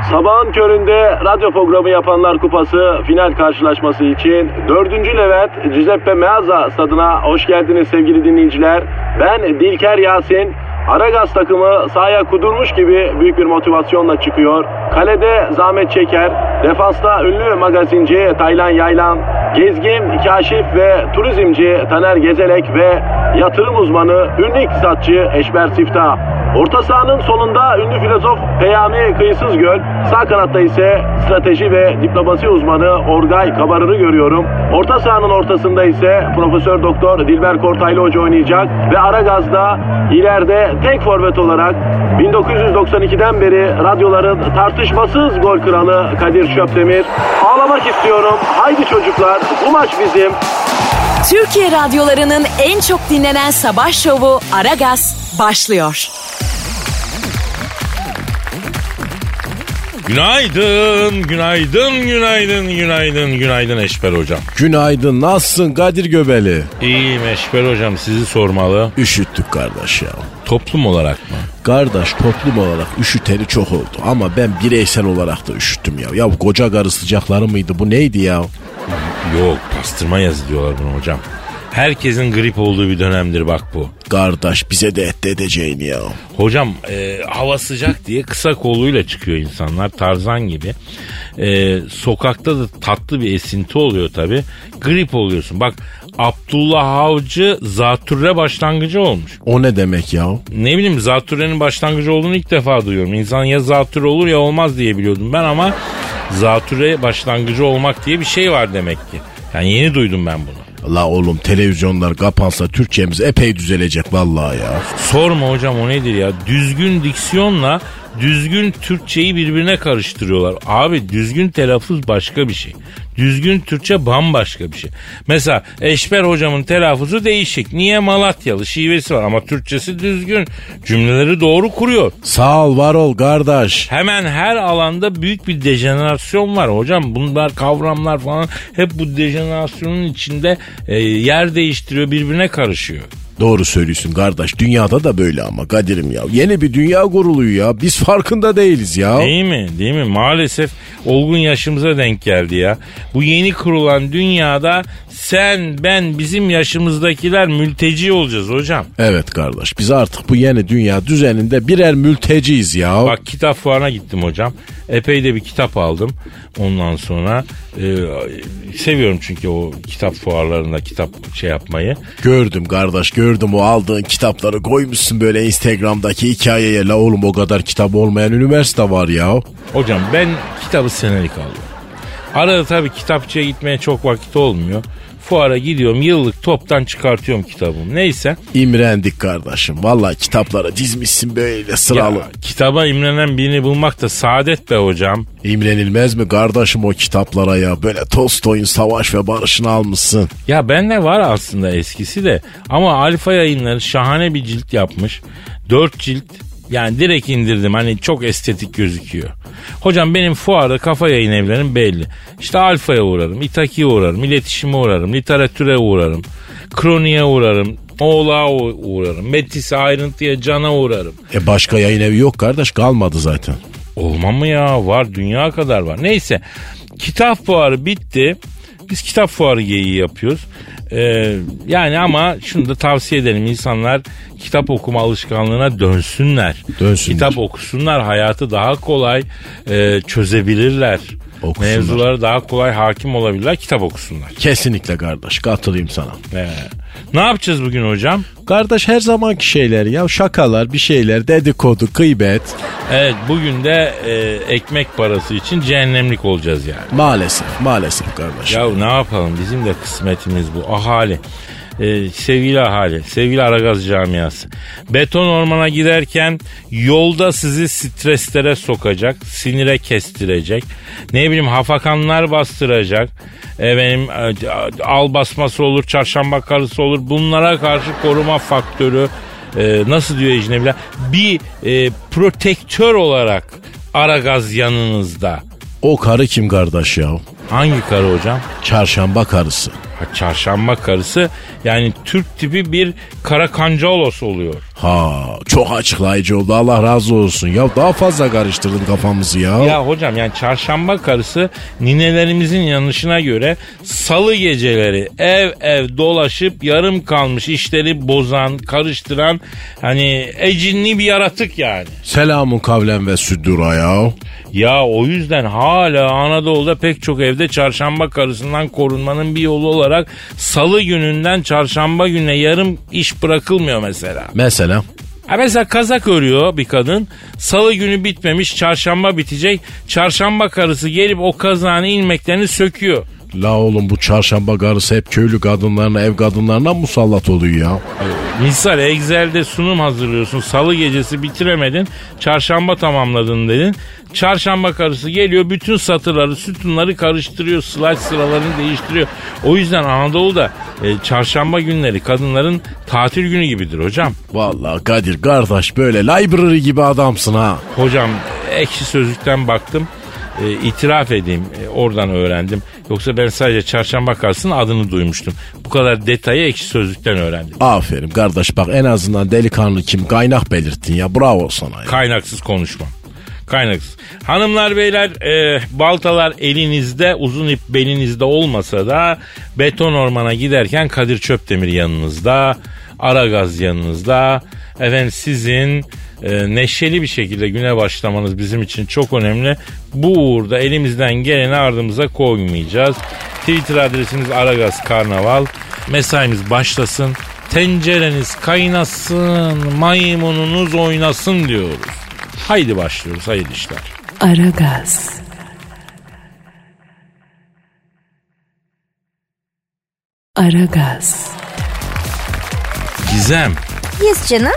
Sabahın köründe radyo programı yapanlar kupası final karşılaşması için 4. Levent Giuseppe Meazza stadına hoş geldiniz sevgili dinleyiciler. Ben Dilker Yasin. Aragaz takımı sahaya kudurmuş gibi büyük bir motivasyonla çıkıyor. Kalede Zahmet Çeker, defansta ünlü magazinci Taylan Yaylan, gezgin, kaşif ve turizmci Taner Gezelek ve yatırım uzmanı, ünlü iktisatçı Eşber Siftah. Orta sahanın solunda ünlü filozof Peyami Kıyısızgöl, sağ kanatta ise strateji ve diplomasi uzmanı Orgay Kabarır'ı görüyorum. Orta sahanın ortasında ise Profesör Doktor Dilber Kortaylı Hoca oynayacak ve Aragaz'da ileride tek forvet olarak 1992'den beri radyoların tartışmasız gol kralı Kadir Şöpdemir. Ağlamak istiyorum. Haydi çocuklar, bu maç bizim. Türkiye radyolarının en çok dinlenen sabah şovu Aragaz başlıyor. Günaydın, günaydın, günaydın, günaydın, günaydın Eşber hocam. Günaydın, nasılsın Kadir Göbeli? İyiyim Eşber hocam, sizi sormalı. Üşüttük kardeş ya. Toplum olarak mı? Kardeş, toplum olarak üşüteni çok oldu ama ben bireysel olarak da üşüttüm ya. Ya koca karı sıcakları mıydı, bu neydi ya? Yok, pastırma yazı diyorlar buna hocam. Herkesin grip olduğu bir dönemdir bak bu. Kardeş, bize de edeceğini ya. Hocam hava sıcak diye kısa kolluyla çıkıyor insanlar, Tarzan gibi. Sokakta da tatlı bir esinti oluyor tabii. Grip oluyorsun. Bak, Abdullah Avcı zatürre başlangıcı olmuş. O ne demek ya? Ne bileyim, zatürrenin başlangıcı olduğunu ilk defa duyuyorum. İnsan ya zatürre olur ya olmaz diye biliyordum ben ama zatürre başlangıcı olmak diye bir şey var demek ki. Yani yeni duydum ben bunu. La oğlum, televizyonlar kapansa Türkçemiz epey düzelecek vallahi ya. Sorma hocam, o nedir ya? Düzgün diksiyonla düzgün Türkçeyi birbirine karıştırıyorlar. Abi, düzgün telaffuz başka bir şey. Düzgün Türkçe bambaşka bir şey. Mesela Eşber hocamın telaffuzu değişik. Niye? Malatyalı, şivesi var ama Türkçesi düzgün. Cümleleri doğru kuruyor. Sağ ol, var ol kardeş. Hemen her alanda büyük bir dejenerasyon var hocam. Bunlar, kavramlar falan hep bu dejenerasyonun içinde yer değiştiriyor, birbirine karışıyor. Doğru söylüyorsun kardeş. Dünyada da böyle ama Kadir'im ya. Yeni bir dünya kuruluyor ya. Biz farkında değiliz ya. Değil mi? Değil mi? Maalesef olgun yaşımıza denk geldi ya. Bu yeni kurulan dünyada sen, ben, bizim yaşımızdakiler mülteci olacağız hocam. Evet kardeş. Biz artık bu yeni dünya düzeninde birer mülteciyiz ya. Bak, kitap fuarına gittim hocam. Epey de bir kitap aldım. Ondan sonra seviyorum çünkü o kitap fuarlarında kitap yapmayı. Gördüm kardeş, gördüm, o aldığın kitapları koymuşsun böyle Instagram'daki hikayeye. La oğlum, o kadar kitap olmayan üniversite var ya. Hocam, ben kitabı senelik alıyorum. Arada tabii kitapçıya gitmeye çok vakit olmuyor. Fuara gidiyorum, yıllık toptan çıkartıyorum kitabımı. Neyse. İmrendik kardeşim. Vallahi kitapları dizmişsin böyle sıralı. Ya, kitaba imrenen birini bulmak da saadet be hocam. İmrenilmez mi kardeşim o kitaplara ya? Böyle Tolstoy'un Savaş ve Barış'ını almışsın. Ya bende var aslında eskisi de. Ama Alfa Yayınları şahane bir cilt yapmış. 4 cilt. Yani direkt indirdim, hani çok estetik gözüküyor. Hocam, benim fuarda kafa yayın evlerim belli. İşte Alfa'ya uğrarım, İtaki'ye uğrarım, İletişim'e uğrarım, Literatür'e uğrarım, Kroni'ye uğrarım, Oğlak'a uğrarım, Metis'e, Ayrıntı'ya, Can'a uğrarım. Başka yayın evi yok kardeş, kalmadı zaten. Olmam mı ya? Var, dünya kadar var. Neyse, kitap fuarı bitti. Biz kitap fuarı geyiği yapıyoruz. Yani ama şunu da tavsiye edelim, insanlar kitap okuma alışkanlığına dönsünler. Kitap okusunlar, hayatı daha kolay çözebilirler. Okusunlar. Mevzulara daha kolay hakim olabilirler, kitap okusunlar. Kesinlikle kardeş, katılayım sana. Ne yapacağız bugün hocam? Kardeş, her zamanki şeyler ya, şakalar, bir şeyler, dedikodu, gıybet. Evet, bugün de ekmek parası için cehennemlik olacağız yani. Maalesef kardeş. Ya ne yapalım, bizim de kısmetimiz bu. Ahali. Sevgili ahali, sevgili Aragaz camiası, beton ormana giderken yolda sizi streslere sokacak, sinire kestirecek, ne bileyim hafakanlar bastıracak, al basması olur, çarşamba karısı olur, bunlara karşı koruma faktörü, nasıl diyor ecnebiler, bir protektör olarak Aragaz yanınızda. O karı kim kardeş ya? Hangi karı hocam? Çarşamba karısı. Çarşamba karısı yani Türk tipi bir Kara Kancaolos oluyor. Ha, çok açıklayıcı oldu, Allah razı olsun. Ya daha fazla karıştırdın kafamızı ya. Ya hocam yani çarşamba karısı ninelerimizin yanlışına göre salı geceleri ev dolaşıp yarım kalmış işleri bozan, karıştıran hani ecinli bir yaratık yani. Selamun kavlen ve süddura ya. Ya o yüzden hala Anadolu'da pek çok evde çarşamba karısından korunmanın bir yolu olarak salı gününden çarşamba gününe yarım iş bırakılmıyor mesela. Mesela kazak örüyor bir kadın. Salı günü bitmemiş, çarşamba bitecek. Çarşamba karısı gelip o kazağın ilmeklerini söküyor. La oğlum, bu çarşamba karısı hep köylü kadınlarına, ev kadınlarına musallat oluyor ya. Misal Excel'de sunum hazırlıyorsun. Salı gecesi bitiremedin. Çarşamba tamamladın dedin. Çarşamba karısı geliyor, bütün satırları, sütunları karıştırıyor. Slide sıralarını değiştiriyor. O yüzden Anadolu'da çarşamba günleri kadınların tatil günü gibidir hocam. Vallahi Kadir kardeş, böyle library gibi adamsın ha. Hocam Ekşi Sözlük'ten baktım. İtiraf edeyim, oradan öğrendim. Yoksa ben sadece çarşamba karşısının adını duymuştum. Bu kadar detayı Ekşi Sözlük'ten öğrendim. Aferin kardeş, bak en azından delikanlı kim, kaynak belirttin ya, bravo sana ya. Kaynaksız konuşmam. Kaynaksız. Hanımlar beyler, baltalar elinizde, uzun ip belinizde olmasa da beton ormana giderken Kadir Çöpdemir yanınızda, Aragaz yanınızda. Efendim sizin neşeli bir şekilde güne başlamanız bizim için çok önemli. Bu uğurda elimizden geleni ardımıza koymayacağız. Twitter adresimiz Aragaz Karnaval. Mesaimiz başlasın. Tencereniz kaynasın, maymununuz oynasın diyoruz. Haydi başlıyoruz, hayırlı işler. Aragaz. Aragaz. Gizem. Yes canım.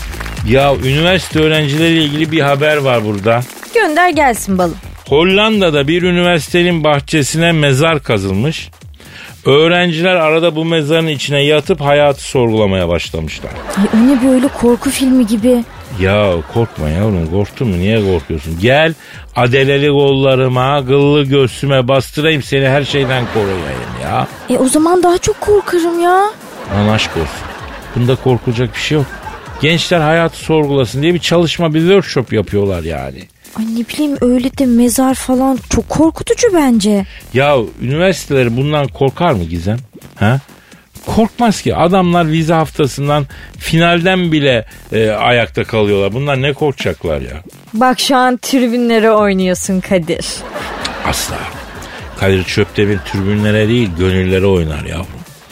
Ya üniversite öğrencileriyle ilgili bir haber var burada. Gönder gelsin balım. Hollanda'da bir üniversitenin bahçesine mezar kazılmış. Öğrenciler arada bu mezarın içine yatıp hayatı sorgulamaya başlamışlar. Ay, o ne böyle korku filmi gibi. Ya korkma yavrum, korktun mu? Niye korkuyorsun? Gel adeleli kollarıma, gıllı göğsüme bastırayım, seni her şeyden koruyayım ya. O zaman daha çok korkarım ya. Lan aşk olsun. Bunda korkulacak bir şey yok. Gençler hayatı sorgulasın diye bir çalışma, bir workshop yapıyorlar yani. Ay ne bileyim, öyle de mezar falan çok korkutucu bence. Ya üniversiteleri bundan korkar mı Gizem? Ha? Korkmaz ki. Adamlar vize haftasından, finalden bile ayakta kalıyorlar. Bunlar ne korkacaklar ya? Bak şu an tribünlere oynuyorsun Kadir. Asla. Kadir Çöpdemir tribünlere değil, gönüllere oynar yavrum.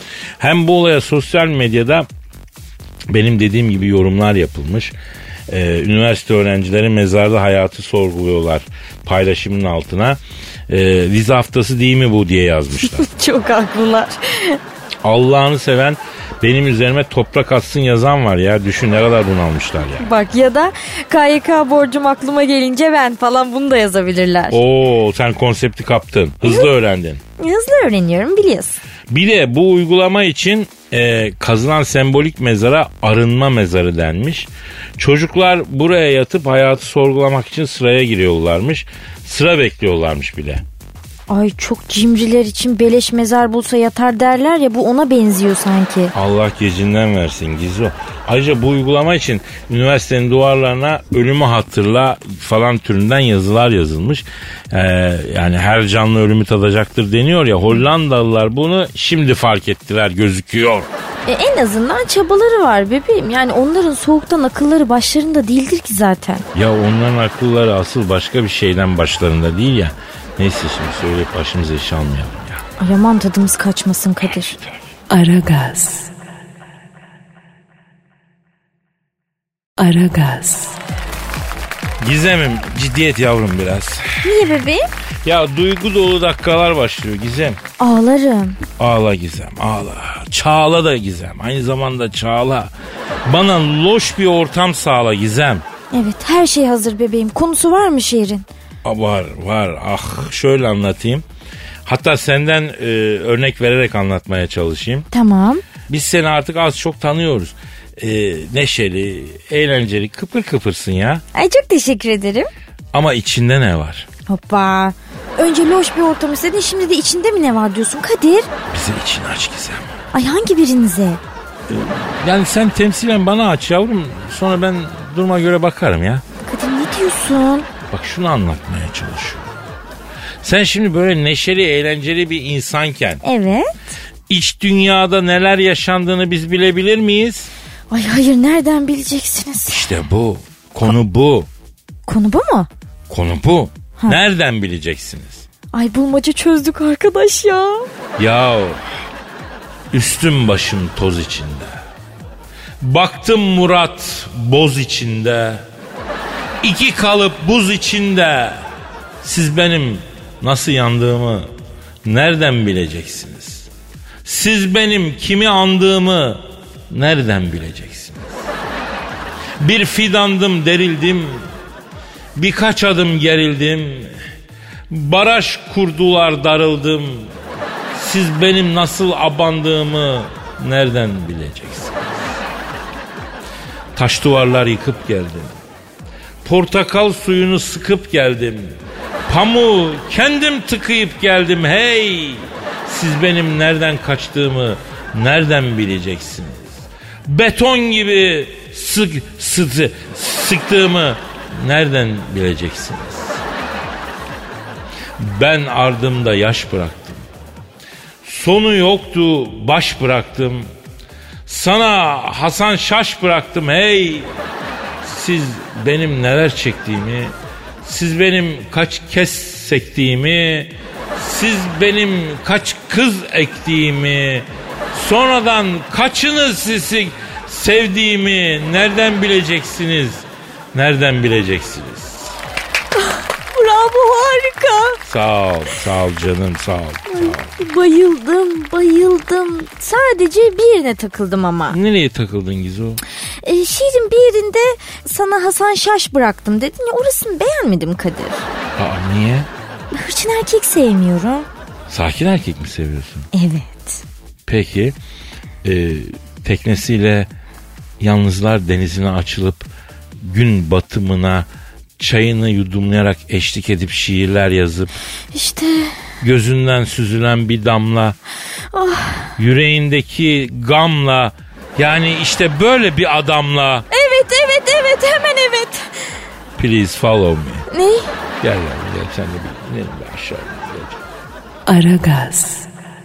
Hem bu olaya sosyal medyada benim dediğim gibi yorumlar yapılmış. Üniversite öğrencileri mezarda hayatı sorguluyorlar paylaşımın altına. Vize haftası değil mi bu diye yazmışlar. Çok haklılar. Allah'ını seven, benim üzerime toprak atsın yazan var ya. Düşün ne kadar bunalmışlar ya. Bak ya da KYK borcum aklıma gelince ben falan, bunu da yazabilirler. Oo, sen konsepti kaptın. Hızlı öğrendin. Hızlı öğreniyorum, biliyorsun. Bir de bu uygulama için kazılan sembolik mezara arınma mezarı denmiş. Çocuklar buraya yatıp hayatı sorgulamak için sıraya giriyorlarmış. Sıra bekliyorlarmış bile. Ay çok cimriler için beleş mezar bulsa yatar derler ya, bu ona benziyor sanki. Allah gecinden versin Gizo. Ayrıca bu uygulama için üniversitenin duvarlarına ölümü hatırla falan türünden yazılar yazılmış. Yani her canlı ölümü tadacaktır deniyor ya. Hollandalılar bunu şimdi fark ettiler gözüküyor. En azından çabaları var bebeğim. Yani onların soğuktan akılları başlarında değildir ki zaten. Ya onların akılları asıl başka bir şeyden başlarında değil ya. Neyse şimdi söyleyip başımıza iş almayalım ya. Ay aman tadımız kaçmasın Kadir. Aragaz. Aragaz. Gizem'im, ciddiyet yavrum biraz. Niye bebeğim? Ya duygu dolu dakikalar başlıyor Gizem. Ağlarım. Ağla Gizem, ağla. Çağla da Gizem, aynı zamanda çağla. Bana loş bir ortam sağla Gizem. Evet, her şey hazır bebeğim. Konusu var mı şiirin? Var. Ah, şöyle anlatayım. Hatta senden örnek vererek anlatmaya çalışayım. Tamam. Biz seni artık az çok tanıyoruz. Neşeli, eğlenceli, kıpır kıpırsın ya. Ay çok teşekkür ederim. Ama içinde ne var? Hoppa. Önce loş bir ortam istedin, şimdi de içinde mi ne var diyorsun Kadir? Bize içini aç Gizem. Ay hangi birinize? Yani sen temsilen bana aç yavrum. Sonra ben duruma göre bakarım ya. Kadir ne diyorsun? Bak şunu anlatmaya çalışıyorum. Sen şimdi böyle neşeli, eğlenceli bir insanken Evet. iç dünyada neler yaşandığını biz bilebilir miyiz? Ay hayır, nereden bileceksiniz? İşte bu. Konu bu. Konu bu mu? Konu bu. Nereden bileceksiniz? Ay bulmaca çözdük arkadaş ya. Ya üstüm başım toz içinde. Baktım Murat boz içinde. İki kalıp buz içinde. Siz benim nasıl yandığımı nereden bileceksiniz? Siz benim kimi andığımı nereden bileceksiniz? Bir fidandım, derildim. Birkaç adım gerildim. Baraj kurdular, darıldım. Siz benim nasıl abandığımı nereden bileceksiniz? Taş duvarlar yıkıp geldim. Portakal suyunu sıkıp geldim. Pamuğu kendim tıkayıp geldim hey. Siz benim nereden kaçtığımı nereden bileceksiniz? Beton gibi sıktığımı nereden bileceksiniz? Ben ardımda yaş bıraktım. Sonu yoktu, baş bıraktım. Sana Hasan Şaş bıraktım hey. Siz benim neler çektiğimi, siz benim kaç kez sektiğimi, siz benim kaç kız ektiğimi, sonradan kaçını sizi sevdiğimi nereden bileceksiniz? Nereden bileceksiniz? Bravo, harika. Sağ ol canım, sağ ol. Bayıldım. Sadece bir yerine takıldım ama. Nereye takıldın Gizo? Şiirin bir yerinde sana Hasan Şaş bıraktım dedin ya, orasını beğenmedim Kadir. Aa, niye? Hırçın erkek sevmiyorum. Sakin erkek mi seviyorsun? Evet. Peki teknesiyle yalnızlar denizine açılıp gün batımına çayını yudumlayarak eşlik edip şiirler yazıp İşte gözünden süzülen bir damla, yüreğindeki gamla, yani işte böyle bir adamla. evet hemen evet. Please follow me. Ne? Gel sen de bir inelim bir aşağı. Aragaz.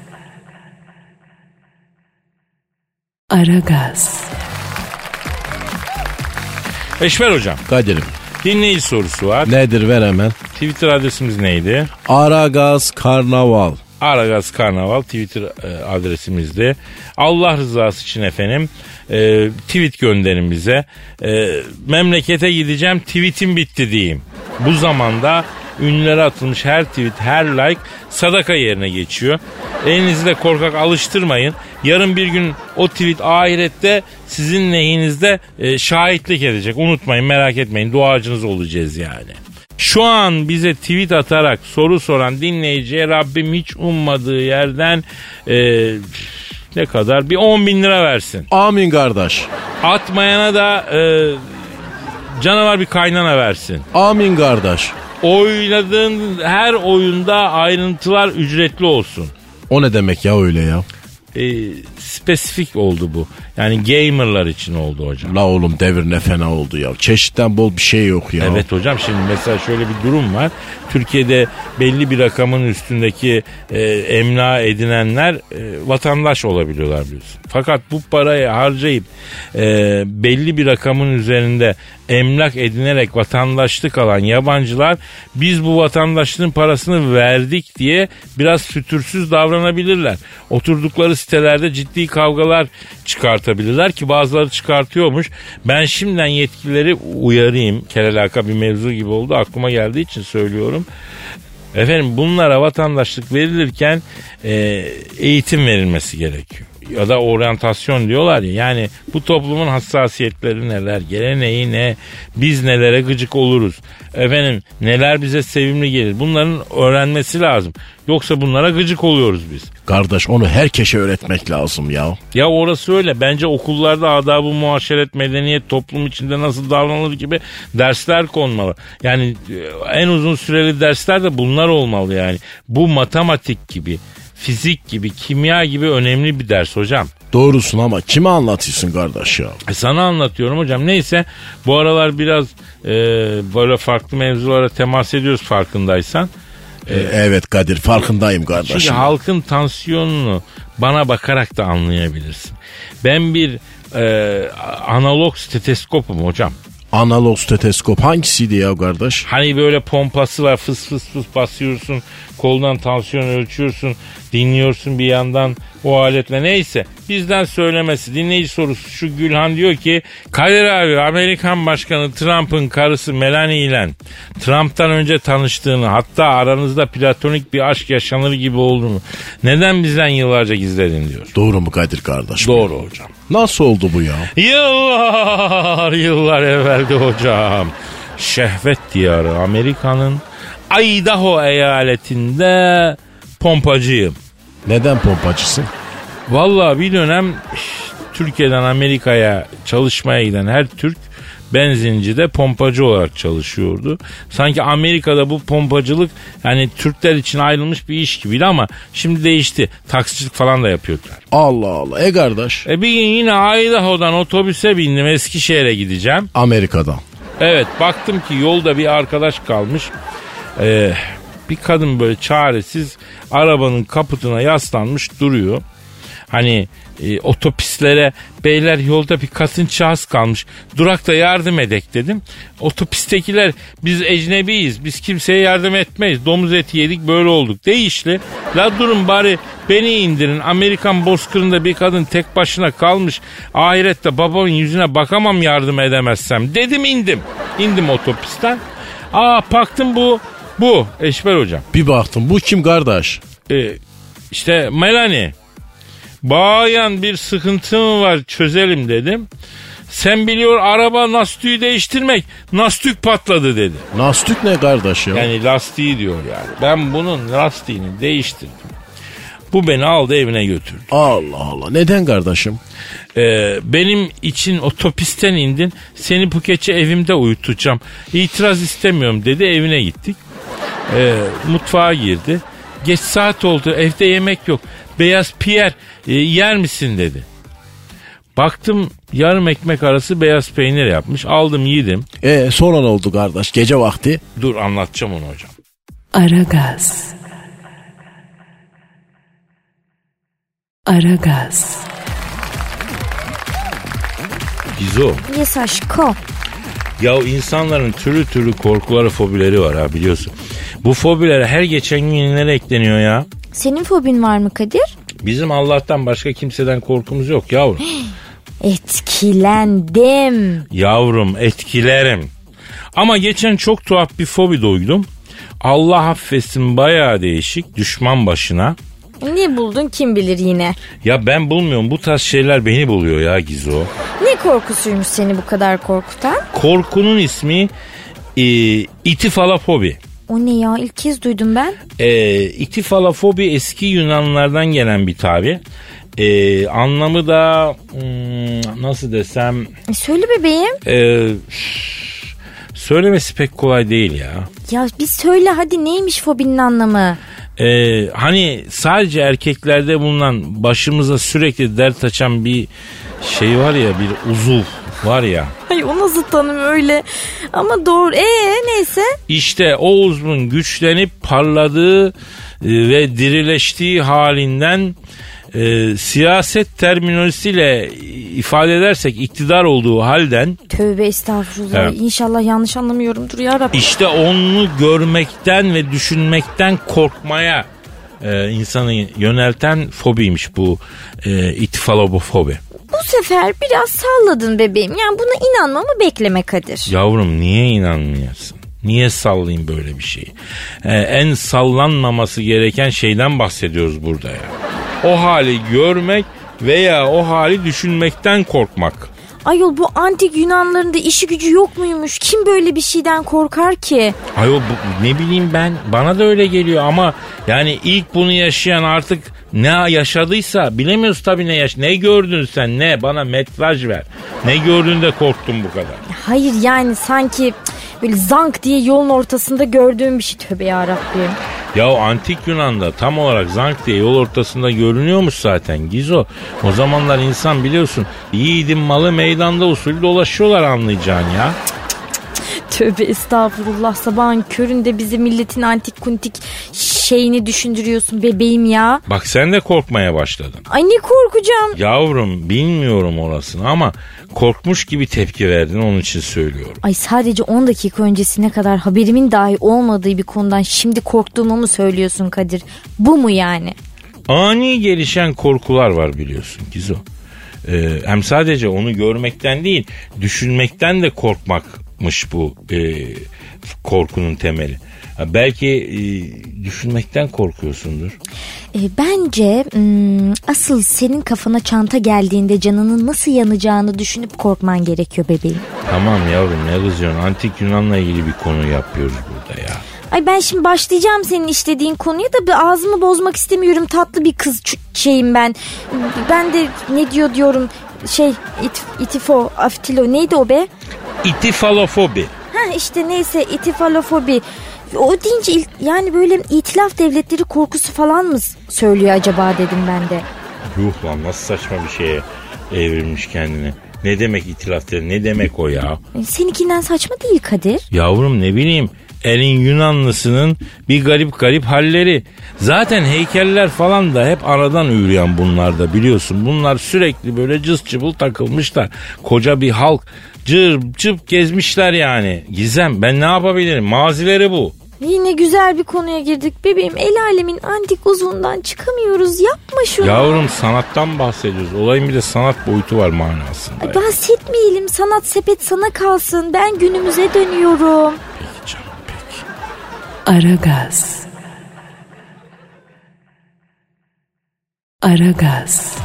Eşver hocam, Kadir'im. dinleyici sorusu var. Nedir, ver hemen. Twitter adresimiz neydi? Aragaz Karnaval. Aragaz Karnaval Twitter adresimizdi. Allah rızası için efendim tweet gönderin bize. Memlekete gideceğim, tweetim bitti diyeyim. Bu zamanda ünlülere atılmış her tweet, her like sadaka yerine geçiyor. Elinizi de korkak alıştırmayın. Yarın bir gün o tweet ahirette sizin lehinizde şahitlik edecek. Unutmayın, merak etmeyin, duacınız olacağız yani. Şu an bize tweet atarak soru soran dinleyiciye Rabbim hiç ummadığı yerden ne kadar? Bir 10 bin lira versin. Amin kardeş. Atmayana da canavar bir kaynana versin. Amin kardeş. Oynadığın her oyunda ayrıntılar ücretli olsun. O ne demek ya öyle ya? Spesifik oldu bu. Yani gamerlar için oldu hocam. La oğlum, devir ne fena oldu ya. Çeşitten bol bir şey yok ya. Evet hocam, şimdi mesela şöyle bir durum var. Türkiye'de belli bir rakamın üstündeki emlak edinenler vatandaş olabiliyorlar biliyorsun. Fakat bu parayı harcayıp belli bir rakamın üzerinde emlak edinerek vatandaşlık alan yabancılar, biz bu vatandaşlığın parasını verdik diye biraz fütursuz davranabilirler. Oturdukları sitelerde ciddi kavgalar çıkartabilirler ki bazıları çıkartıyormuş. Ben şimdiden yetkilileri uyarayım. Kelelaka bir mevzu gibi oldu, aklıma geldiği için söylüyorum. Efendim, bunlara vatandaşlık verilirken eğitim verilmesi gerekiyor. Ya da oryantasyon diyorlar ya, yani bu toplumun hassasiyetleri neler, geleneği ne, biz nelere gıcık oluruz, efendim neler bize sevimli gelir, bunların öğrenmesi lazım. Yoksa bunlara gıcık oluyoruz biz. Kardeş, onu herkese öğretmek lazım ya. Ya orası öyle. Bence okullarda adab-ı muaşeret, medeniyet, toplum içinde nasıl davranılır gibi dersler konmalı. Yani en uzun süreli dersler de bunlar olmalı yani. Bu matematik gibi, fizik gibi, kimya gibi önemli bir ders hocam. Doğrusun ama kime anlatıyorsun kardeş ya? Sana anlatıyorum hocam. Neyse bu aralar biraz böyle farklı mevzulara temas ediyoruz farkındaysan. Evet Kadir, farkındayım kardeşim. Çünkü halkın tansiyonunu bana bakarak da anlayabilirsin. Ben bir analog steteskopum hocam. Analog steteskop hangisiydi ya kardeş? Hani böyle pompası var, fıs fıs fıs basıyorsun, koldan tansiyon ölçüyorsun, dinliyorsun bir yandan o aletle. Neyse bizden söylemesi, dinleyici sorusu şu. Gülhan diyor ki Kadir abi, Amerikan Başkanı Trump'ın karısı Melania ile Trump'tan önce tanıştığını, hatta aranızda platonik bir aşk yaşanır gibi olduğunu neden bizden yıllarca gizledin diyor. Doğru mu Kadir kardeş? Doğru hocam. Nasıl oldu bu ya? Yıllar evveldi hocam. Şehvet diyarı Amerika'nın Idaho eyaletinde pompacıyım. Neden pompacısın? Vallahi bir dönem Türkiye'den Amerika'ya çalışmaya giden her Türk benzincide pompacı olarak çalışıyordu. Sanki Amerika'da bu pompacılık yani Türkler için ayrılmış bir iş gibiydi ama şimdi değişti. Taksicilik falan da yapıyorlar. Allah Allah. Kardeş? Bir gün yine Idaho'dan otobüse bindim, Eskişehir'e gideceğim. Amerika'dan. Evet, baktım ki yolda bir arkadaş kalmış. Bir kadın böyle çaresiz arabanın kaputuna yaslanmış duruyor. Hani otopistlere beyler yolda bir kadıncağız kalmış, durakta yardım edek dedim. Otopisttekiler biz ecnebiyiz, biz kimseye yardım etmeyiz, domuz eti yedik böyle olduk. Değişli. La durun bari beni indirin, Amerikan bozkırında bir kadın tek başına kalmış, ahirette babamın yüzüne bakamam yardım edemezsem dedim, indim otopisten. Baktım bu Eşber hocam. Bir baktım bu kim kardeş? İşte Melanie. Bayan bir sıkıntım var, çözelim dedim. Sen biliyor araba lastiği değiştirmek, lastik patladı dedi. Lastik ne kardeş ya? Yani lastiği diyor yani. Ben bunun lastiğini değiştirdim. Bu beni aldı evine götürdü. Allah Allah, neden kardeşim? Benim için otopisten indin, seni bu gece evimde uyutacağım, İtiraz istemiyorum dedi, evine gittik. Mutfağa girdi. Geç saat oldu, evde yemek yok. Beyaz Pierre yer misin dedi. Baktım yarım ekmek arası beyaz peynir yapmış. Aldım yedim. Sonra ne oldu kardeş gece vakti? Dur anlatacağım onu hocam. Aragaz. Gizo. Yes aşko. Ya insanların türlü korkuları, fobileri var ha, biliyorsun. Bu fobilere her geçen gün yenileri ekleniyor ya. Senin fobin var mı Kadir? Bizim Allah'tan başka kimseden korkumuz yok yavrum. Etkilendim. Yavrum etkilerim. Ama geçen çok tuhaf bir fobi duydum. Allah affetsin, bayağı değişik, düşman başına. Ne buldun kim bilir yine. Ya ben bulmuyorum, bu tarz şeyler beni buluyor ya Gizo. Ne korkusuymuş seni bu kadar korkutan? Korkunun ismi itifalafobi. O ne ya, ilk kez duydum ben. İtifalafobi eski Yunanlılardan gelen bir tabir. Anlamı da nasıl desem. Söyle bebeğim. Söylemesi pek kolay değil ya. Ya bir söyle hadi, neymiş fobinin anlamı? Hani sadece erkeklerde bulunan, başımıza sürekli dert açan bir şey var ya, bir uzuv var ya. Ay o nasıl tanım öyle, ama doğru. Neyse. İşte o uzvun güçlenip parladığı ve dirileştiği halinden siyaset terminolojisiyle ifade edersek iktidar olduğu halden. Tövbe estağfurullah. Evet. İnşallah yanlış anlamıyorumdur ya Rabbi. İşte onu görmekten ve düşünmekten korkmaya insanı yönelten fobiymiş bu itifalofobi. Bu sefer biraz salladın bebeğim. Yani buna inanmamı bekleme Kadir. Yavrum niye inanmıyorsun? Niye sallayayım böyle bir şeyi? En sallanmaması gereken şeyden bahsediyoruz burada ya. O hali görmek veya o hali düşünmekten korkmak. Ayol bu antik Yunanların da işi gücü yok muymuş? Kim böyle bir şeyden korkar ki? Ayol ne bileyim ben, bana da öyle geliyor ama yani ilk bunu yaşayan artık ne yaşadıysa bilemiyoruz tabii ne gördün sen, ne bana metraj ver. Ne gördün de korktun bu kadar? Hayır yani sanki böyle zank diye yolun ortasında gördüğüm bir şey, tövbe yarabbim. Ya antik Yunan'da tam olarak Zank diye yol ortasında görünüyormuş zaten Gizo. O zamanlar insan biliyorsun yiğidin malı meydanda usul dolaşıyorlar anlayacağın ya. Tövbe estağfurullah, sabahın köründe bizi milletin antik kuntik şeyini düşündürüyorsun bebeğim ya. Bak sen de korkmaya başladın. Ay ne korkacağım. Yavrum bilmiyorum orasını ama korkmuş gibi tepki verdin, onun için söylüyorum. Ay sadece 10 dakika öncesine kadar haberimin dahi olmadığı bir konudan şimdi korktuğumu mu söylüyorsun Kadir? Bu mu yani? Ani gelişen korkular var biliyorsun Gizo. Hem sadece onu görmekten değil düşünmekten de korkmakmış bu korkunun temeli. Belki düşünmekten korkuyorsundur. Bence asıl senin kafana çanta geldiğinde canının nasıl yanacağını düşünüp korkman gerekiyor bebeğim. Tamam yavrum ne kızıyorsun? Antik Yunan'la ilgili bir konu yapıyoruz burada ya. Ay ben şimdi başlayacağım senin işlediğin konuya da bir ağzımı bozmak istemiyorum. Tatlı bir kız şeyim ben. Ben de ne diyorum itifo, aftilo neydi o be? İtifalofobi. Ha işte neyse itifalofobi. O deyince yani böyle itilaf devletleri korkusu falan mı söylüyor acaba dedim ben de. Yuh lan nasıl saçma bir şeye evrilmiş kendini. Ne demek itilaf devletleri, ne demek o ya? Seninkinden saçma değil Kadir. Yavrum ne bileyim elin Yunanlısının bir garip halleri. Zaten heykeller falan da hep aradan üreyen bunlar da biliyorsun. Bunlar sürekli böyle cız çıbıl takılmışlar. Koca bir halk cıp gezmişler yani. Gizem ben ne yapabilirim? Mazileri bu. Yine güzel bir konuya girdik bebeğim. El alemin antik uzundan çıkamıyoruz. Yapma şunu. Yavrum sanattan bahsediyoruz. Olayın bir de sanat boyutu var manasında. Ay, bahsetmeyelim. Sanat sepet sana kalsın. Ben günümüze dönüyorum. Peki canım peki. Aragaz. Aragaz.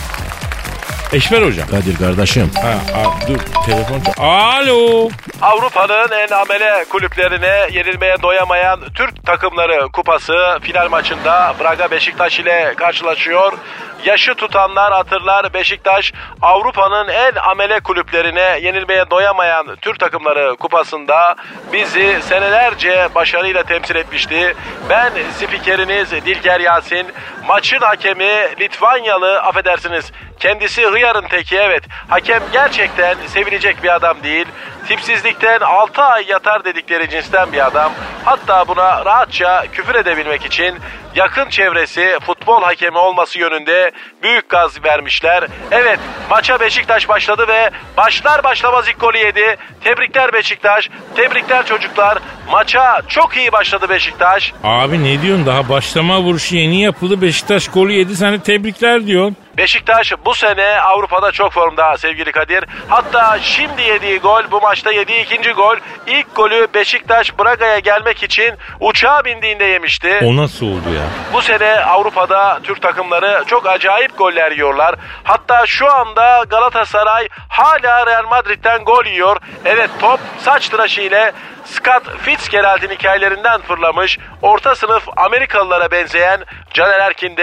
Eşber hocam. Kadir kardeşim. Dur telefon. Alo. Avrupa'nın en amele kulüplerine yenilmeye doyamayan Türk takımları kupası final maçında Braga Beşiktaş ile karşılaşıyor. Yaşı tutanlar hatırlar, Beşiktaş Avrupa'nın en amele kulüplerine yenilmeye doyamayan Türk takımları kupasında bizi senelerce başarıyla temsil etmişti. Ben spikeriniz Dilker Yasin, maçın hakemi Litvanyalı, affedersiniz kendisi hıyarın teki, evet. Hakem gerçekten sevilecek bir adam değil. Tipsizlikten 6 ay yatar dedikleri cinsten bir adam. Hatta buna rahatça küfür edebilmek için yakın çevresi futbol hakemi olması yönünde büyük gaz vermişler. Evet, maça Beşiktaş başladı ve başlar başlamaz ilk golü yedi. Tebrikler Beşiktaş, tebrikler çocuklar. Maça çok iyi başladı Beşiktaş. Abi ne diyorsun, daha başlama vuruşu yeni yapıldı, Beşiktaş golü yedi, sen de tebrikler diyorsun. Beşiktaş bu sene Avrupa'da çok formda sevgili Kadir. Hatta şimdi yediği gol, bu maçta yediği ikinci gol. İlk golü Beşiktaş Braga'ya gelmek için uçağa bindiğinde yemişti. O nasıl oldu ya? Bu sene Avrupa'da Türk takımları çok acayip goller yiyorlar. Hatta şu anda Galatasaray hala Real Madrid'den gol yiyor. Evet, top saç tıraşı ile Scott Fitzgerald'in hikayelerinden fırlamış, orta sınıf Amerikalılara benzeyen Caner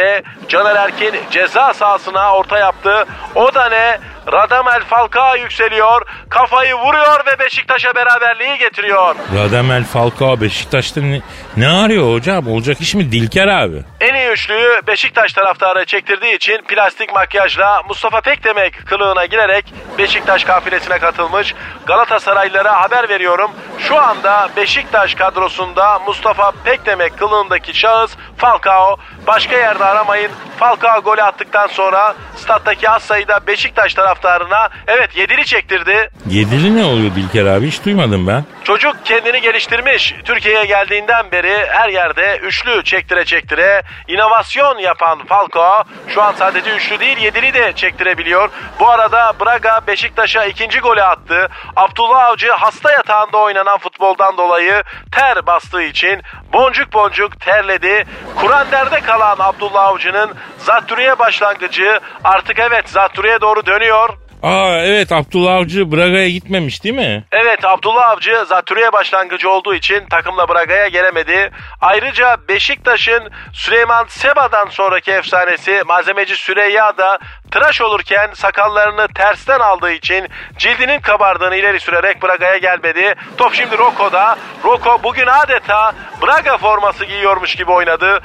Erkin ceza sahasına orta yaptı. O da ne? Radamel Falcao yükseliyor, kafayı vuruyor ve Beşiktaş'a beraberliği getiriyor. Radamel Falcao Beşiktaş'ta ne arıyor hocam? Olacak iş mi Dilker abi? En iyi üçlüyü Beşiktaş taraftarı çektirdiği için plastik makyajla Mustafa Pekdemek kılığına girerek Beşiktaş kafilesine katılmış. Galatasaraylılara haber veriyorum. Şu anda Beşiktaş kadrosunda Mustafa Pekdemek kılığındaki şahıs Falcao. Başka yerde aramayın. Falcao golü attıktan sonra stattaki az sayıda Beşiktaş taraftarına evet yedili çektirdi. Yedili ne oluyor Dilker abi, hiç duymadım ben. Çocuk kendini geliştirmiş. Türkiye'ye geldiğinden beri her yerde üçlü çektire inovasyon yapan Falcao şu an sadece üçlü değil yedili de çektirebiliyor. Bu arada Braga Beşiktaş'a ikinci golü attı. Abdullah Avcı hasta yatağında oynanan futboldan dolayı ter bastığı için boncuk terledi. Kur'an derde kalan Abdullah Avcı'nın Zatürre'ye başlangıcı artık evet Zatürre'ye doğru dönüyor. Evet, Abdullah Avcı Braga'ya gitmemiş değil mi? Evet, Abdullah Avcı zatürre başlangıcı olduğu için takımla Braga'ya gelemedi. Ayrıca Beşiktaş'ın Süleyman Seba'dan sonraki efsanesi malzemeci Süreyya da tıraş olurken sakallarını tersten aldığı için cildinin kabardığını ileri sürerek Braga'ya gelmedi. Top şimdi Rocco'da. Rocco bugün adeta Braga forması giyiyormuş gibi oynadı.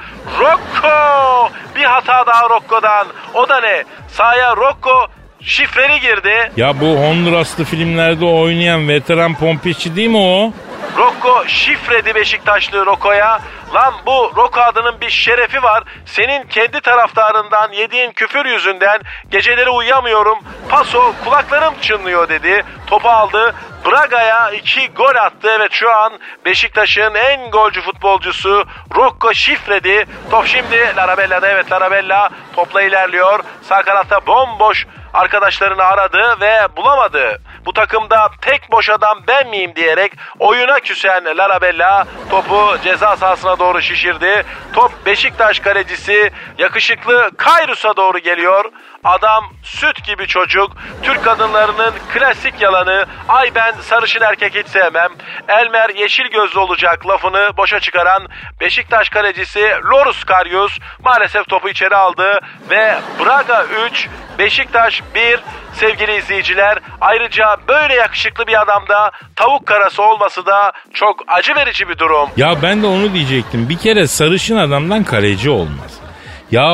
Rocco! Bir hata daha Rocco'dan. O da ne? Sahaya Rocco şifreli girdi. Ya bu Honduraslı filmlerde oynayan veteran pompişçi değil mi o? Rocco şifredi Beşiktaşlı Rocco'ya. Lan bu Rocco adının bir şerefi var. Senin kendi taraftarından yediğin küfür yüzünden geceleri uyuyamıyorum. Paso kulaklarım çınlıyor dedi. Topu aldı. Braga'ya 2 gol attı. Evet, şu an Beşiktaş'ın en golcü futbolcusu Rocco şifredi. Top şimdi Larabella'da. Evet, Larabella topla ilerliyor. Sağ kanatta bomboş arkadaşlarını aradı ve bulamadı. Bu takımda tek boş adam ben miyim diyerek oyuna küsen Larabella topu ceza sahasına doğru şişirdi. Top Beşiktaş kalecisi yakışıklı Kayrus'a doğru geliyor. Adam süt gibi çocuk. Türk kadınlarının klasik yalanı "ay ben sarışın erkek hiç sevmem, Elmer yeşil gözlü olacak" lafını boşa çıkaran Beşiktaş kalecisi Loris Karius maalesef topu içeri aldı ve Braga 3 Beşiktaş 1 sevgili izleyiciler. Ayrıca böyle yakışıklı bir adamda tavuk karası olması da çok acı verici bir durum. Ya ben de onu diyecektim. Bir kere sarışın adamdan kaleci olmaz. Ya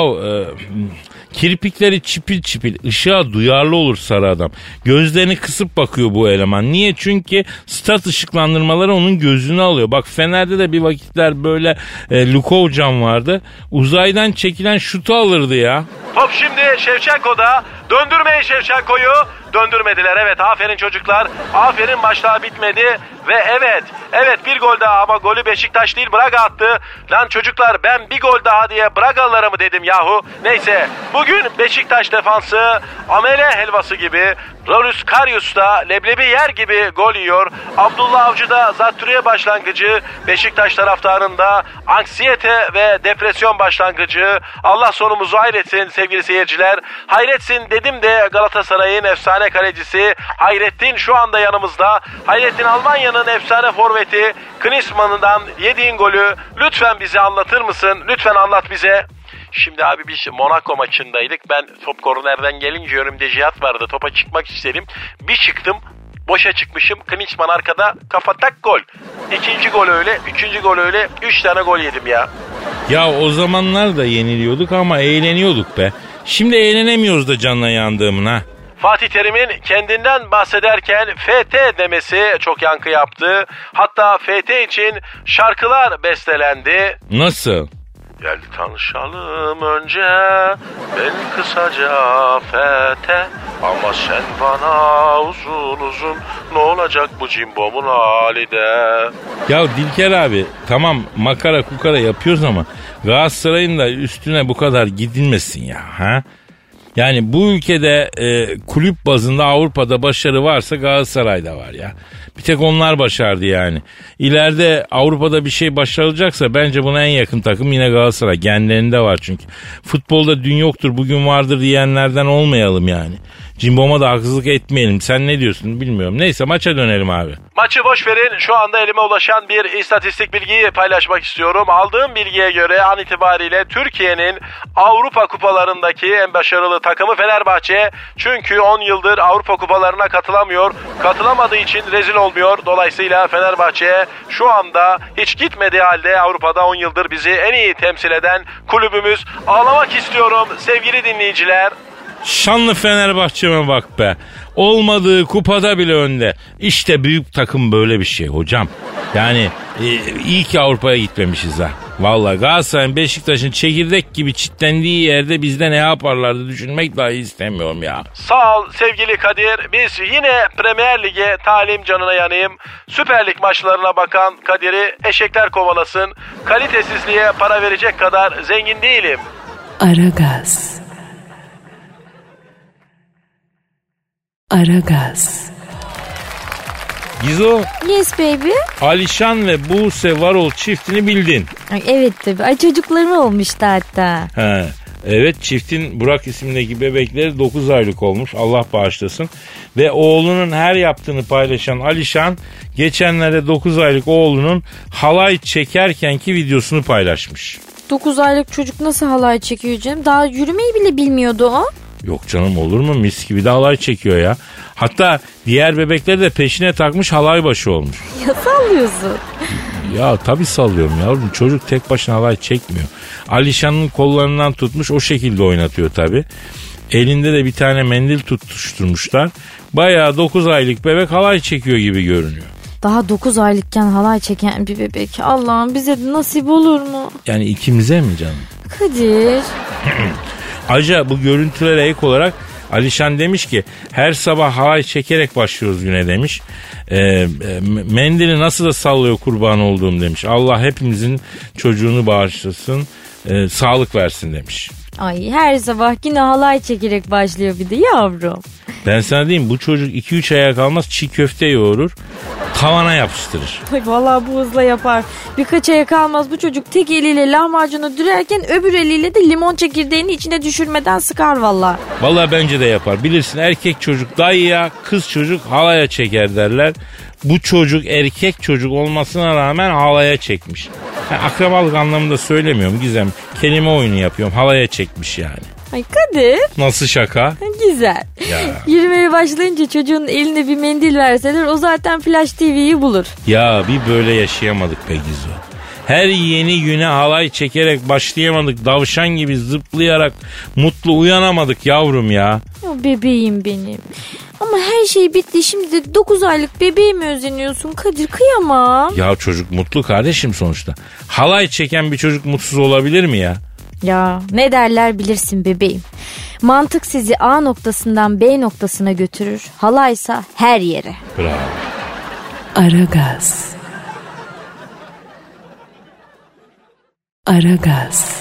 kirpikleri çipil çipil, ışığa duyarlı olur sarı adam. Gözlerini kısıp bakıyor bu eleman. Niye? Çünkü stat ışıklandırmaları onun gözünü alıyor. Bak Fener'de de bir vakitler böyle Lukov Can vardı. Uzaydan çekilen şutu alırdı ya. Top şimdi Şevçenko'da. Döndürmeyin Şevçenko'yu. Döndürmediler. Evet, aferin çocuklar. Aferin, maç daha bitmedi. Ve evet bir gol daha ama golü Beşiktaş değil Braga attı. Lan çocuklar, ben bir gol daha diye Bragalılara mı dedim yahu? Neyse, bugün Beşiktaş defansı amele helvası gibi. Loris Karius da leblebi yer gibi gol yiyor. Abdullah Avcı da zatürre başlangıcı. Beşiktaş taraftarında anksiyete ve depresyon başlangıcı. Allah sonumuzu hayretsin sevgili seyirciler. Hayretsin dedim de Galatasaray'ın efsane kalecisi Hayrettin şu anda yanımızda. Hayrettin, Almanya'nın efsane forveti Klinsmann'dan yediğin golü lütfen bize anlatır mısın? Lütfen anlat bize. Şimdi abi biz Monaco maçındaydık. Ben top kornerden gelince önümde Cihat vardı. Topa çıkmak istedim. Bir çıktım. Boşa çıkmışım. Klinsmann arkada, kafa tak gol. İkinci gol öyle. Üçüncü gol öyle. 3 tane gol yedim ya. Ya o zamanlar da yeniliyorduk ama eğleniyorduk be. Şimdi eğlenemiyoruz da canına yandığımın ha. Fatih Terim'in kendinden bahsederken FT demesi çok yankı yaptı. Hatta FT için şarkılar bestelendi. Nasıl? Gel tanışalım önce, ben kısaca FT, ama sen bana uzun uzun, ne olacak bu cimbomun hali de. Ya Dilker abi, tamam makara kukara yapıyoruz ama Galatasaray'ın da üstüne bu kadar gidilmesin ya ha? Yani bu ülkede kulüp bazında Avrupa'da başarı varsa Galatasaray'da var ya. Bir tek onlar başardı yani. İleride Avrupa'da bir şey başarılacaksa bence buna en yakın takım yine Galatasaray. Genlerinde var çünkü. Futbolda dün yoktur bugün vardır diyenlerden olmayalım yani. Cimbom'a da haksızlık etmeyelim. Sen ne diyorsun bilmiyorum. Neyse maça dönelim abi. Maçı boş verin. Şu anda elime ulaşan bir istatistik bilgiyi paylaşmak istiyorum. Aldığım bilgiye göre an itibariyle Türkiye'nin Avrupa kupalarındaki en başarılı takımı Fenerbahçe. Çünkü 10 yıldır Avrupa kupalarına katılamıyor. Katılamadığı için rezil olmuyor. Dolayısıyla Fenerbahçe şu anda hiç gitmediği halde Avrupa'da 10 yıldır bizi en iyi temsil eden kulübümüz. Ağlamak istiyorum sevgili dinleyiciler. Şanlı Fenerbahçe'me bak be. Olmadığı kupada bile önde. İşte büyük takım böyle bir şey hocam. Yani iyi ki Avrupa'ya gitmemişiz ha. Vallahi Galatasaray'ın Beşiktaş'ın çekirdek gibi çitlendiği yerde bizde ne yaparlardı düşünmek dahi istemiyorum ya. Sağ ol sevgili Kadir. Biz yine Premier Lig'e talim canına yanayım. Süper Lig maçlarına bakan Kadir'i eşekler kovalasın. Kalitesizliğe para verecek kadar zengin değilim. Aragaz. Aragaz. Gizo. Yes baby. Alişan ve Buse Varol çiftini bildin. Ay, evet tabii. Ay çocukları olmuştu hatta. He. Evet, çiftin Burak isimdeki bebekleri 9 aylık olmuş, Allah bağışlasın. Ve oğlunun her yaptığını paylaşan Alişan geçenlerde 9 aylık oğlunun halay çekerkenki videosunu paylaşmış. 9 aylık çocuk nasıl halay çekiyor canım? Daha yürümeyi bile bilmiyordu o. Yok canım, olur mu, mis gibi de halay çekiyor ya. Hatta diğer bebekleri de peşine takmış, halay başı olmuş. Ya sallıyorsun. Ya tabii sallıyorum yavrum, çocuk tek başına halay çekmiyor. Alişan'ın kollarından tutmuş, o şekilde oynatıyor tabii. Elinde de bir tane mendil tutuşturmuşlar. Bayağı 9 aylık bebek halay çekiyor gibi görünüyor. Daha 9 aylıkken halay çeken bir bebek. Allah'ım bize de nasip olur mu? Yani ikimize mi canım? Kadir. Ayrıca bu görüntülere ek olarak Alişan demiş ki her sabah halay çekerek başlıyoruz güne demiş. Mendili nasıl da sallıyor kurban olduğum demiş. Allah hepimizin çocuğunu bağışlasın, sağlık versin demiş. Ay her sabah yine halay çekerek başlıyor bir de yavrum. Ben sana diyeyim, bu çocuk 2-3 aya kalmaz çiğ köfte yoğurur, tavana yapıştırır. Ay vallahi bu hızla yapar. Birkaç aya kalmaz bu çocuk tek eliyle lahmacunu dürerken öbür eliyle de limon çekirdeğini içine düşürmeden sıkar vallahi. Vallahi bence de yapar. Bilirsin, erkek çocuk dayıya, kız çocuk halaya çeker derler. Bu çocuk erkek çocuk olmasına rağmen halaya çekmiş. Akrabalık anlamında söylemiyorum Gizem. Kelime oyunu yapıyorum. Halaya çekmiş yani. Ay Kadir. Nasıl şaka? Güzel. Ya. Yürümeye başlayınca çocuğun eline bir mendil verseler o zaten Flash TV'yi bulur. Ya bir böyle yaşayamadık be Gizo. Her yeni güne halay çekerek başlayamadık. Davşan gibi zıplayarak mutlu uyanamadık yavrum ya. O bebeğim benim. Ama her şey bitti. Şimdi de 9 aylık bebeğe mi özeniyorsun Kadir? Kıyamam. Ya çocuk mutlu kardeşim sonuçta. Halay çeken bir çocuk mutsuz olabilir mi ya? Ya ne derler bilirsin bebeğim. Mantık sizi A noktasından B noktasına götürür. Halaysa her yere. Bravo. Aragaz. Aragaz.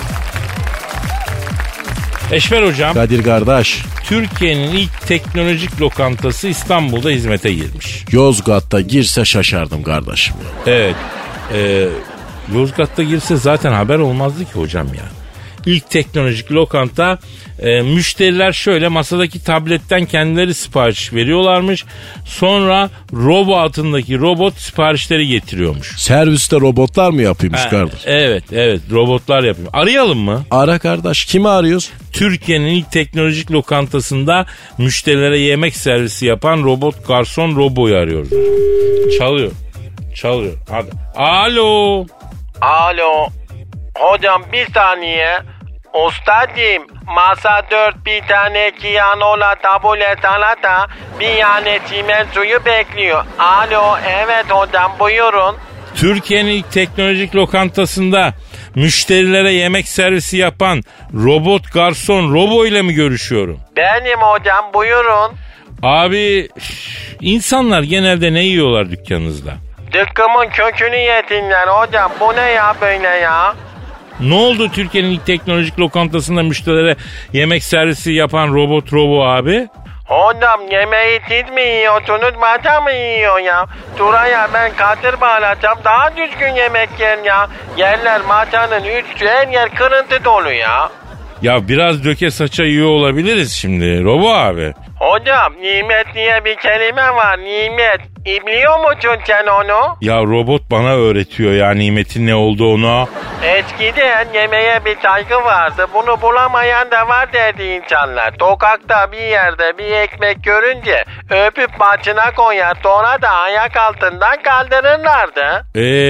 Eşver hocam. Kadir kardeş. Türkiye'nin ilk teknolojik lokantası İstanbul'da hizmete girmiş. Yozgat'ta girse şaşardım kardeşim. Evet. Yozgat'ta girse zaten haber olmazdı ki hocam ya. İlk teknolojik lokanta, müşteriler şöyle masadaki tabletten kendileri sipariş veriyorlarmış. Sonra robotundaki robot siparişleri getiriyormuş. Serviste robotlar mı yapıyormuş kardeş? Evet robotlar yapıyor. Arayalım mı? Ara kardeş, kimi arıyoruz? Türkiye'nin ilk teknolojik lokantasında müşterilere yemek servisi yapan robot garson Robo'yu arıyoruz. Çalıyor. Hadi. Alo. Hocam bir saniye. Ustacığım, masa 4 bir tane kiyanola tabule salata, bir tane çimen suyu bekliyor. Alo, evet hocam buyurun. Türkiye'nin ilk teknolojik lokantasında müşterilere yemek servisi yapan robot garson Robo ile mi görüşüyorum? Benim hocam buyurun. Abi insanlar genelde ne yiyorlar dükkanınızda? Dıkkımın kökünü yetinler hocam, bu ne ya böyle ya? Ne oldu Türkiye'nin ilk teknolojik lokantasında müşterilere yemek servisi yapan robot Robo abi? Hocam yemeği siz mi yiyorsunuz, masa mı yiyor ya? Şuraya ben katır bağlayacağım, daha düzgün yemek yer ya. Yerler masanın üstü, her yer kırıntı dolu ya. Ya biraz döke saça yiyor olabiliriz şimdi Robo abi. Hocam nimet diye bir kelime var, nimet. İbliyor musun sen onu? Ya robot bana öğretiyor ya nimetin ne olduğunu. Eskiden yemeğe bir saygı vardı. Bunu bulamayan da var dedi insanlar. Sokakta bir yerde bir ekmek görünce öpüp başına koyar, sonra da ayak altından kaldırırlardı.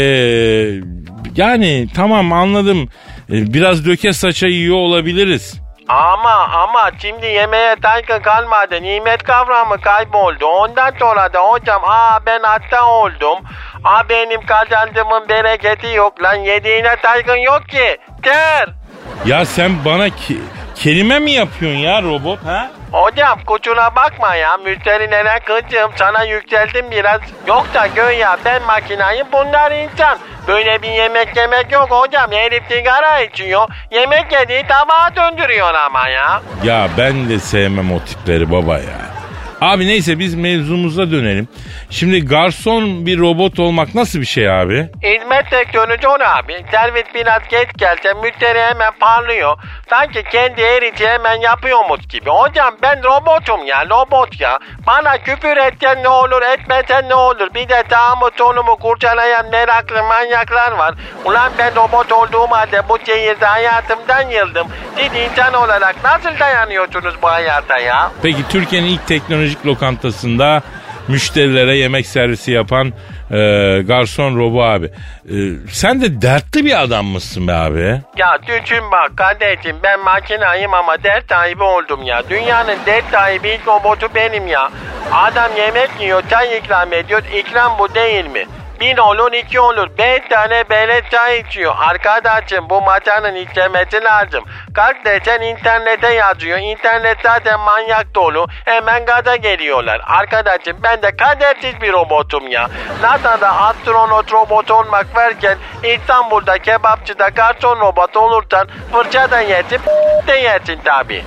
Yani tamam anladım. Biraz döke saça yiyor olabiliriz. Ama şimdi yemeğe saygı kalmadı. Nimet kavramı kayboldu. Ondan sonra da hocam ben hasta oldum. Benim kazancımın bereketi yok lan. Yediğine saygın yok ki. Der. Ya sen bana kelime mi yapıyorsun ya robot ha? Hocam kusura bakma ya. Müşterilere kızım, sana yükseldim biraz. Yoksa göya ben makinayım, bunlar insan. Böyle bir yemek yok hocam. Herif sigara içiyor. Yemek yediği tabağa döndürüyor ama ya. Ya ben de sevmem o tipleri baba ya. Abi neyse biz mevzumuza dönelim. Şimdi garson bir robot olmak nasıl bir şey abi? Hizmet sektörü zor abi. Servis biraz geç gelse müşteri hemen parlıyor. Sanki kendi erici hemen yapıyormuş gibi. Hocam ben robotum ya, robot ya. Bana küfür etsen ne olur, etmesen ne olur. Bir de sağımı solumu kurcalayan meraklı manyaklar var. Ulan ben robot olduğum halde bu şehirde hayatımdan yıldım. Siz insan olarak nasıl dayanıyorsunuz bu hayata ya? Peki Türkiye'nin ilk teknolojik lokantasında müşterilere yemek servisi yapan garson Robo abi. Sen de dertli bir adam mısın be abi? Ya düşün bak kardeşim, ben makinayım ama dert sahibi oldum ya. Dünyanın dert sahibi ilk robotu benim ya. Adam yemek yiyor, çay ikram ediyor. İkram bu değil mi? 1 olur 2 olur. 5 tane beleş çay içiyor. Arkadaşım bu maçanın içmesi lazım. Kalk desen internete yazıyor. İnternet zaten manyak dolu. Hemen gaza geliyorlar. Arkadaşım ben de kadersiz bir robotum ya. NASA'da astronot robot olmak varken İstanbul'da kebapçıda garson robot olursan fırça da yersin, de yersin tabi.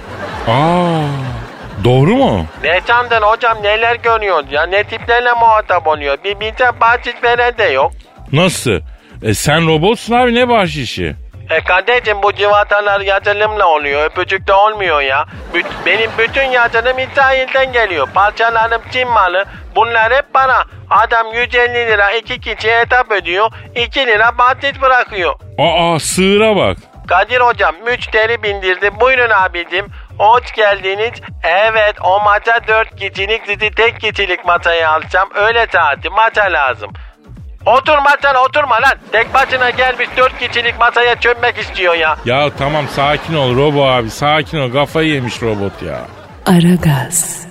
Doğru mu? Ne sandın hocam, neler görüyorsun ya, ne tiplerle muhatap oluyor, bir bize bahşiş veren de yok. Nasıl? Sen robotsun abi, ne bahşişi? Kardeşim bu civatalar yazılımla oluyor, öpücük de olmuyor ya. Benim bütün yazılım İsrail'den geliyor, parçalarım Çin malı, bunlar hep para. Adam 150 lira 2 kişiye etap ödüyor, 2 lira bahşiş bırakıyor. Sığıra bak. Kadir hocam müşteri bindirdi, buyurun abicim. Hoş geldiniz. Evet, o maça 4 kişilik, sizi tek kişilik masaya alacağım. Öyle saati maça lazım. Oturma sen, oturma lan. Tek başına gelmiş 4 kişilik masaya çökmek istiyor ya. Ya tamam, sakin ol Robo abi, sakin ol, kafayı yemiş robot ya. Aragaz.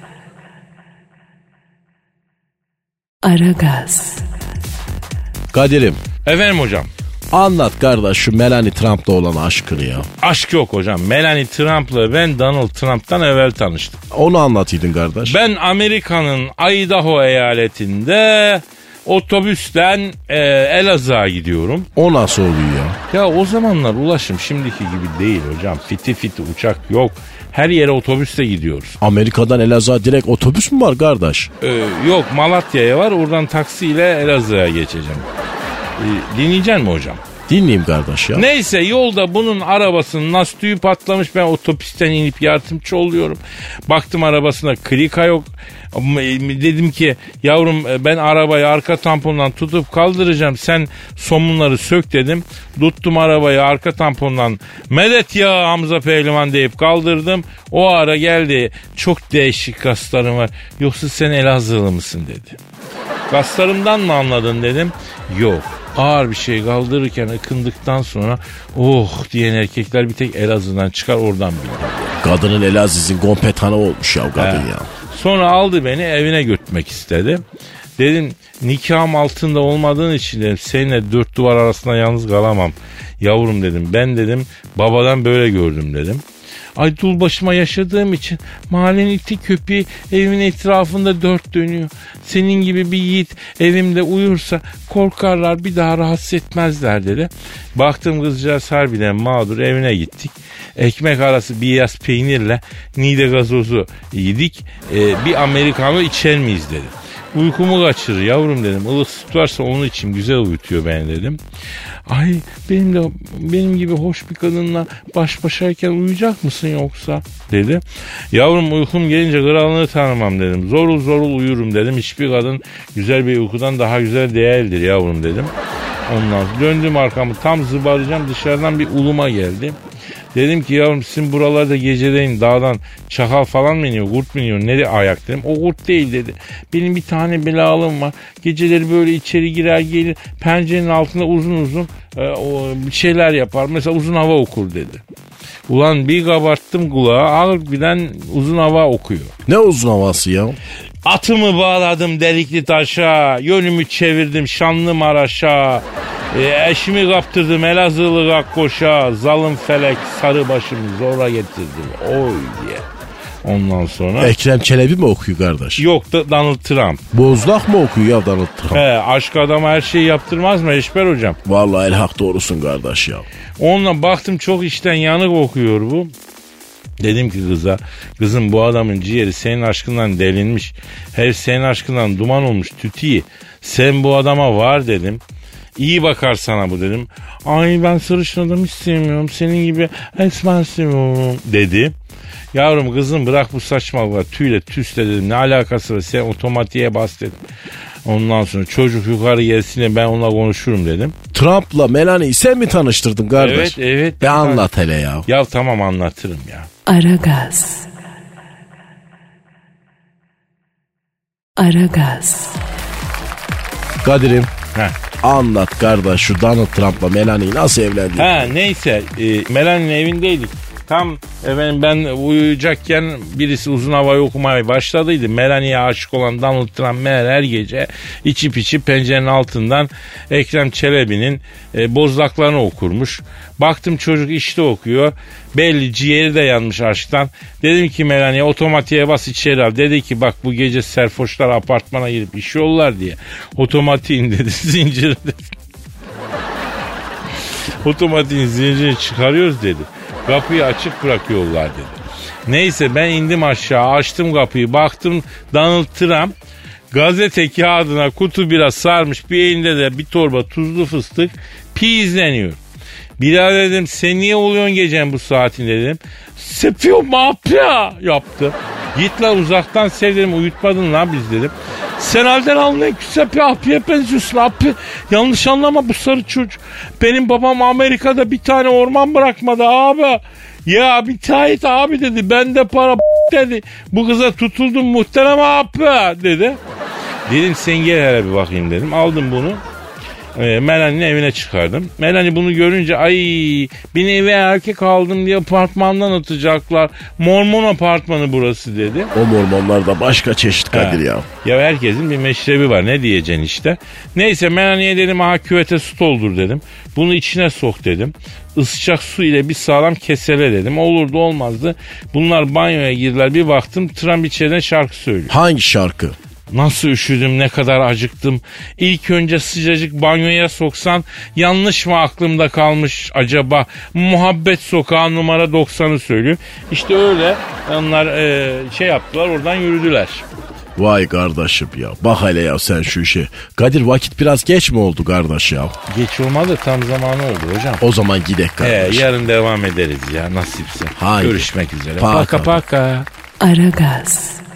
Kadir'im, Efendim hocam. anlat kardeş şu Melanie Trump'la olan aşkını ya. Aşk yok hocam. Melanie Trump'la ben Donald Trump'tan evvel tanıştım. Onu anlataydın kardeş. Ben Amerika'nın Idaho eyaletinde otobüsten Elazığ'a gidiyorum. O nasıl oluyor ya? Ya o zamanlar ulaşım şimdiki gibi değil hocam. Fiti uçak yok. Her yere otobüste gidiyoruz. Amerika'dan Elazığ'a direkt otobüs mü var kardeş? Yok, Malatya'ya var. Oradan taksiyle Elazığ'a geçeceğim. Dinleyecek misin hocam? Dinleyeyim kardeş ya. Neyse, yolda bunun arabasının lastiği patlamış. Ben otobüsten inip yardımcı oluyorum. Baktım arabasında klika yok. Dedim ki yavrum, ben arabayı arka tampondan tutup kaldıracağım, sen somunları sök dedim. Tuttum arabayı arka tampondan, medet ya Hamza Pehlivan deyip kaldırdım. O ara geldi, çok değişik kaslarım var, yoksa sen Elazığlı mısın dedi. Kaslarımdan mı anladın dedim. Yok, ağır bir şey kaldırırken ıkındıktan sonra oh diyen erkekler bir tek Elazığ'dan çıkar, oradan bildim. Kadının Elazığ'ın kompetanı olmuş ya kadın ya. Sonra aldı beni, evine götürmek istedi. Dedim nikahım altında olmadığın için dedim seninle 4 duvar arasında yalnız kalamam. Yavrum dedim, ben dedim babadan böyle gördüm dedim. Ay dul başıma yaşadığım için mahallenin iti köpeği evimin etrafında 4 dönüyor. Senin gibi bir yiğit evimde uyursa korkarlar, bir daha rahatsız etmezler dedi. Baktım kızcağız harbiden mağdur, evine gittik. Ekmek arası beyaz peynirle Niğde gazozu yedik. Bir Amerikanı içer miyiz dedi. Uykumu kaçırır yavrum dedim. Ilık süt varsa onu içeyim, güzel uyutuyor beni dedim. Ay benim gibi hoş bir kadınla baş başayken uyuyacak mısın yoksa dedi. Yavrum uykum gelince kralını tanımam dedim. Zorul uyurum dedim. Hiçbir kadın güzel bir uykudan daha güzel değildir yavrum dedim. Ondan sonra döndüm arkamı, tam zıbaracağım, dışarıdan bir uluma geldi. Dedim ki yavrum sizin buralarda geceleyin dağdan çakal falan mı iniyor, kurt mu iniyor, nereye ayak dedim. O kurt değil dedi. Benim bir tane belalım var. Geceleri böyle içeri girer gelir, pencerenin altında uzun bir şeyler yapar. Mesela uzun hava okur dedi. Ulan bir kabarttım kulağı, harbiden uzun hava okuyor. Ne uzun havası ya? Atımı bağladım delikli taşa, yönümü çevirdim Şanlımaraş'a. Eşimi kaptırdım Elazığlı Gakkoş'a, zalim felek sarı başımı zora getirdim oy diye. Ondan sonra... Ekrem Çelebi mi okuyor kardeş? Yok da Donald Trump. Bozlak mı okuyor ya Donald Trump? Aşk adama her şeyi yaptırmaz mı Eşber hocam? Vallahi el hak doğrusun kardeş ya. Onunla baktım çok içten yanık okuyor bu. Dedim ki kıza, kızım bu adamın ciğeri senin aşkından delinmiş. Her senin aşkından duman olmuş tütiyi. Sen bu adama var dedim. İyi bakar sana bu dedim. Ay ben sarışın adam hiç sevmiyorum. Senin gibi esmer seviyorum dedi. Yavrum kızım bırak bu saçmalığı. Tüyle tüsle dedim. Ne alakası var? Sen otomatiğe bas dedim. Ondan sonra çocuk yukarı gelsin ben onunla konuşurum dedim. Trump'la Melanie'yi sen mi tanıştırdın kardeş? Evet. Be anlat hele ya. Ya tamam anlatırım ya. Aragaz. Kadir'im. Heh. Anlat kardeş şu Donald Trump'la Melanie'yi nasıl evlendi? Ha neyse Melanie'nin evindeydik. Tam ben uyuyacakken birisi uzun havayı okumaya başladıydı. Melanie'ye aşık olan Donald Trump meğer her gece içip pencerenin altından Ekrem Çelebi'nin bozlaklarını okurmuş. Baktım çocuk işte okuyor. Belli ciğeri de yanmış aşktan. Dedim ki Melanie otomatiğe bas içeri al. Dedi ki bak bu gece serfoşlar apartmana girip işiyorlar diye. Otomatiğin dedi zinciri dedi. Otomatiğin zincirini çıkarıyoruz dedi. Kapıyı açık bırakıyorlar dedi. Neyse ben indim aşağı açtım kapıyı baktım Donald Trump gazete kağıdına kutu bira sarmış bir elinde de bir torba tuzlu fıstık pizleniyor. Birader dedim sen niye oluyorsun gecen bu saatinde dedim. Sepiyor mapya yaptı. Git lan uzaktan sev dedim uyutmadın lan biz dedim. Sen halden almayın ki Sepi abiye benziyorsun abi. Yanlış anlama bu sarı çocuk. Benim babam Amerika'da bir tane orman bırakmadı abi. Ya müteahhit abi dedi. Bende para dedi. Bu kıza tutuldum muhterem abi dedi. Dedim sen gel hele bir bakayım dedim. Aldım bunu. Melanie'nin evine çıkardım. Melanie bunu görünce ay beni eve erkek aldım diye apartmandan atacaklar. Mormon apartmanı burası dedi. O mormonlar da başka çeşit Kadir ya. Ya herkesin bir meşrebi var ne diyeceksin işte. Neyse Melanie'ye dedim aha küvete su doldur dedim. Bunu içine sok dedim. Isıcak su ile bir sağlam kesele dedim. Olurdu olmazdı. Bunlar banyoya girdiler bir baktım Trump içeriden şarkı söylüyor. Hangi şarkı? Nasıl üşüdüm ne kadar acıktım. İlk önce sıcacık banyoya soksan yanlış mı aklımda kalmış acaba? Muhabbet Sokağı numara 90'ı söylüyor. İşte öyle onlar şey yaptılar oradan yürüdüler. Vay kardeşim ya. Bak hele ya sen şu işe. Kadir vakit biraz geç mi oldu kardeş ya? Geç olmadı tam zamanı oldu hocam. O zaman gidek kardeş. Yarın devam ederiz ya nasipse. Haydi. Görüşmek üzere. Paka. Paka. Aragaz.